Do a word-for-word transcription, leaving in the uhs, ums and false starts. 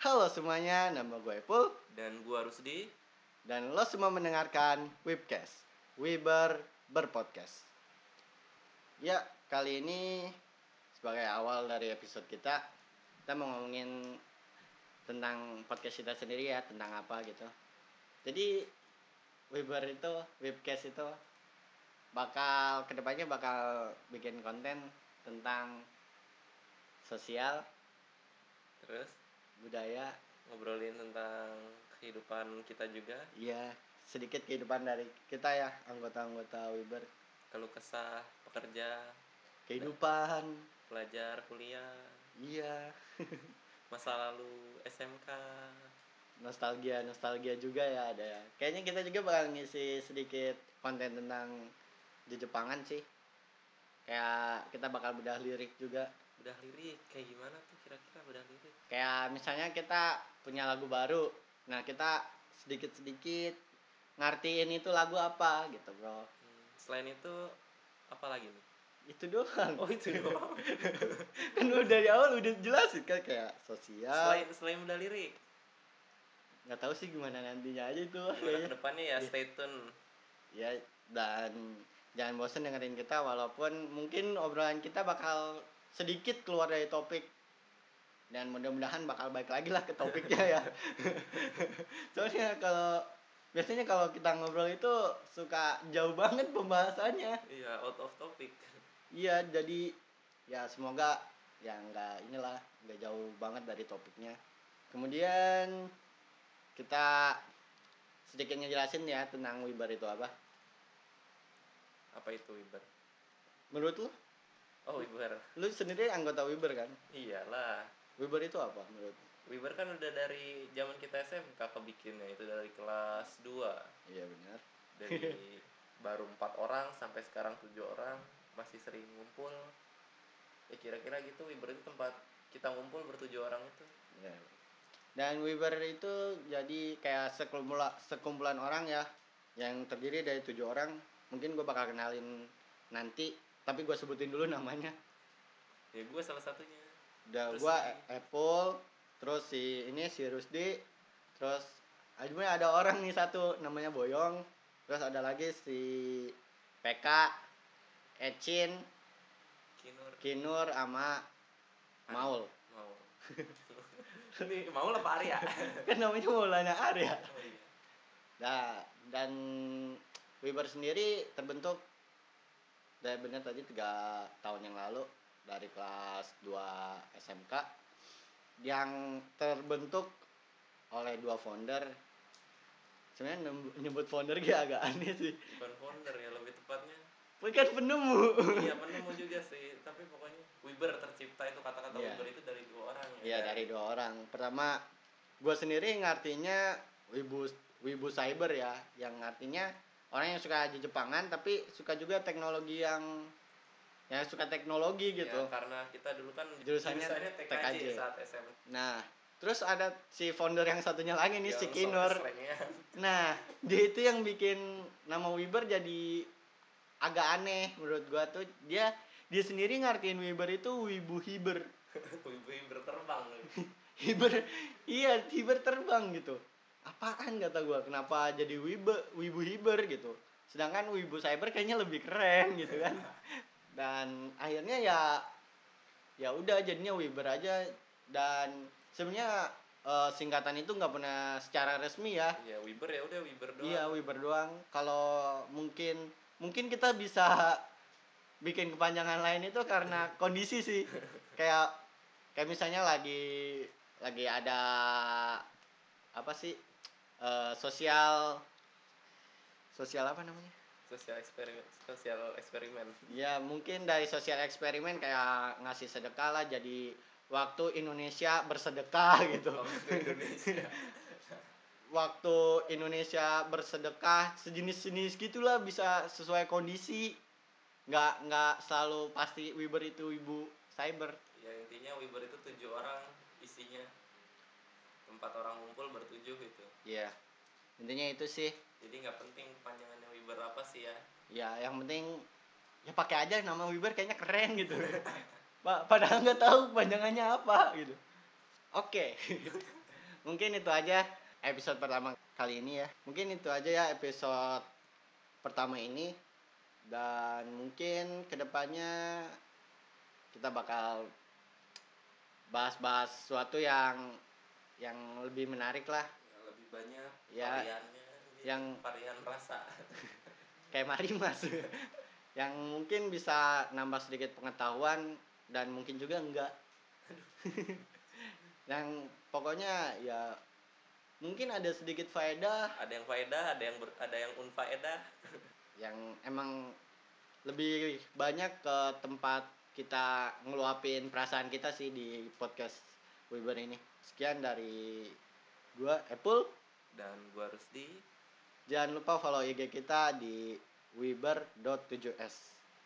Halo semuanya, nama gue Epul. Dan gua Rusdi. Dan lo semua mendengarkan Webcast, Wiber Berpodcast. Ya, kali ini sebagai awal dari episode kita, kita mau ngomongin tentang podcast kita sendiri ya, tentang apa gitu. Jadi Wiber itu, Webcast itu bakal kedepannya bakal bikin konten tentang sosial, Terus budaya, ngobrolin tentang kehidupan kita juga. iya sedikit kehidupan dari kita ya, anggota-anggota Wiber. Keluh kesah pekerja, Kehidupan, pelajar, kuliah, iya, masa lalu S M K. nostalgia nostalgia juga ya ada ya. Kayaknya kita juga bakal ngisi sedikit konten tentang di Jepangan sih. Kayak kita bakal bedah lirik juga. Bedah lirik kayak gimana tuh kira-kira bedah lirik? Kayak misalnya kita punya lagu baru, nah kita sedikit-sedikit ngartiin itu lagu apa gitu bro. Hmm, selain itu apa lagi nih? Itu doang. Oh itu doang. Kan udah dari awal udah jelasin kan kayak sosial. Selain selain bedah lirik. Nggak tahu sih gimana nantinya aja itu. Gimana kedepannya ya, stay tune. Ya, dan jangan bosan dengerin kita walaupun mungkin obrolan kita bakal sedikit keluar dari topik. Dan mudah-mudahan bakal balik lagi lah ke topiknya ya. Soalnya kalau biasanya kalau kita ngobrol itu suka jauh banget pembahasannya. Iya, out of topic. Iya, jadi ya semoga ya nggak inilah nggak jauh banget dari topiknya. Kemudian kita sedikit ngejelasin ya tentang Wibar itu apa. Apa itu Wiber? Menurut lu? Oh Wiber. Lu sendiri anggota Wibar kan? Iyalah. Wibar itu apa menurut? Wiber kan udah dari zaman kita S M K kebikinnya, itu dari kelas dua. Iya benar. Dari baru empat orang sampai sekarang tujuh orang, masih sering ngumpul. Ya kira-kira gitu, Wiber itu tempat kita ngumpul bertujuh orang itu. Ya. Dan Wibar itu jadi kayak sekumpulan sekumpulan orang ya yang terdiri dari tujuh orang. Mungkin gue bakal kenalin nanti, tapi gue sebutin dulu namanya. Ya gue salah satunya. Udah Terus gue si- Apple, terus si ini si Rusdi, terus akhirnya ada orang nih satu namanya Boyong, terus ada lagi si P K, Ecin, Kinur, Kinur, sama Maul. Mau. Ini mau apa Arya? Kan namanya Maulana Arya. Oh iya. Nah, dan Wibar sendiri terbentuk dari benar tadi tiga tahun yang lalu dari kelas dua S M K yang terbentuk oleh dua founder. Sebenarnya nyebut founder gak agak aneh sih. Bukan founder ya, lebih tepatnya. Bukan penemu. Iya penemu juga sih, tapi pokoknya Wiber tercipta itu, kata-kata Iya. Wiber itu dari dua orang ya. Iya, dari dua orang. Pertama, gue sendiri ngartinya wibu wibu cyber ya, yang artinya orang yang suka di Jepangan tapi suka juga teknologi yang yang suka teknologi gitu. Ya, karena kita dulu kan Jurusannya T K J, T K J saat S M K. Nah, terus ada si founder yang satunya lagi nih, Yang si sok Kinur. keselengean. Nah, dia itu yang bikin nama Wiber jadi agak aneh menurut gua tuh. Dia dia sendiri ngartiin Wiber itu wibu hiber. Wiber terbang. Hiber, iya hiber terbang gitu. Apaan kata gua, kenapa jadi wibe, wibu hiber gitu. Sedangkan wibu cyber kayaknya lebih keren gitu kan. Dan akhirnya ya ya udah jadinya Wiber aja. Dan sebenarnya uh, singkatan itu nggak pernah secara resmi ya. Iya, Wiber ya udah Wiber doang. Iya, Wiber doang. Kalau mungkin mungkin kita bisa bikin kepanjangan lain itu karena kondisi sih. Kayak kayak misalnya lagi lagi ada apa sih? Uh, sosial sosial apa namanya? Sosial eksperimen, sosial eksperimen. Ya mungkin dari sosial eksperimen kayak ngasih sedekah lah, jadi waktu Indonesia bersedekah gitu. Waktu Indonesia. Waktu Indonesia bersedekah sejenis-jenis gitulah, bisa sesuai kondisi. Nggak nggak selalu pasti Wiber itu ibu cyber. Ya intinya Wiber itu tujuh orang isinya. Empat orang ngumpul bertujuh gitu. Iya. Intinya itu sih. Jadi nggak penting panjangannya Wiber apa sih ya. Ya yang penting ya pakai aja nama Wiber, kayaknya keren gitu. Padahal nggak tahu panjangannya apa gitu. Oke. Mungkin itu aja episode pertama kali ini ya. Mungkin itu aja ya episode pertama ini. Dan mungkin kedepannya kita bakal bahas-bahas sesuatu yang yang lebih menarik lah. Yang lebih banyak Ya, variannya gitu, yang varian rasa. kayak mari mas. Yang mungkin bisa nambah sedikit pengetahuan dan mungkin juga enggak. Yang pokoknya ya mungkin ada sedikit faedah, Ada yang faedah, ada yang ber, ada yang unfaedah. yang emang lebih banyak ke tempat kita ngeluapin perasaan kita sih di podcast Wiber ini. Sekian dari gua Apple. Dan gua Rusdi. Jangan lupa follow I G kita di wiber dot tujuh s.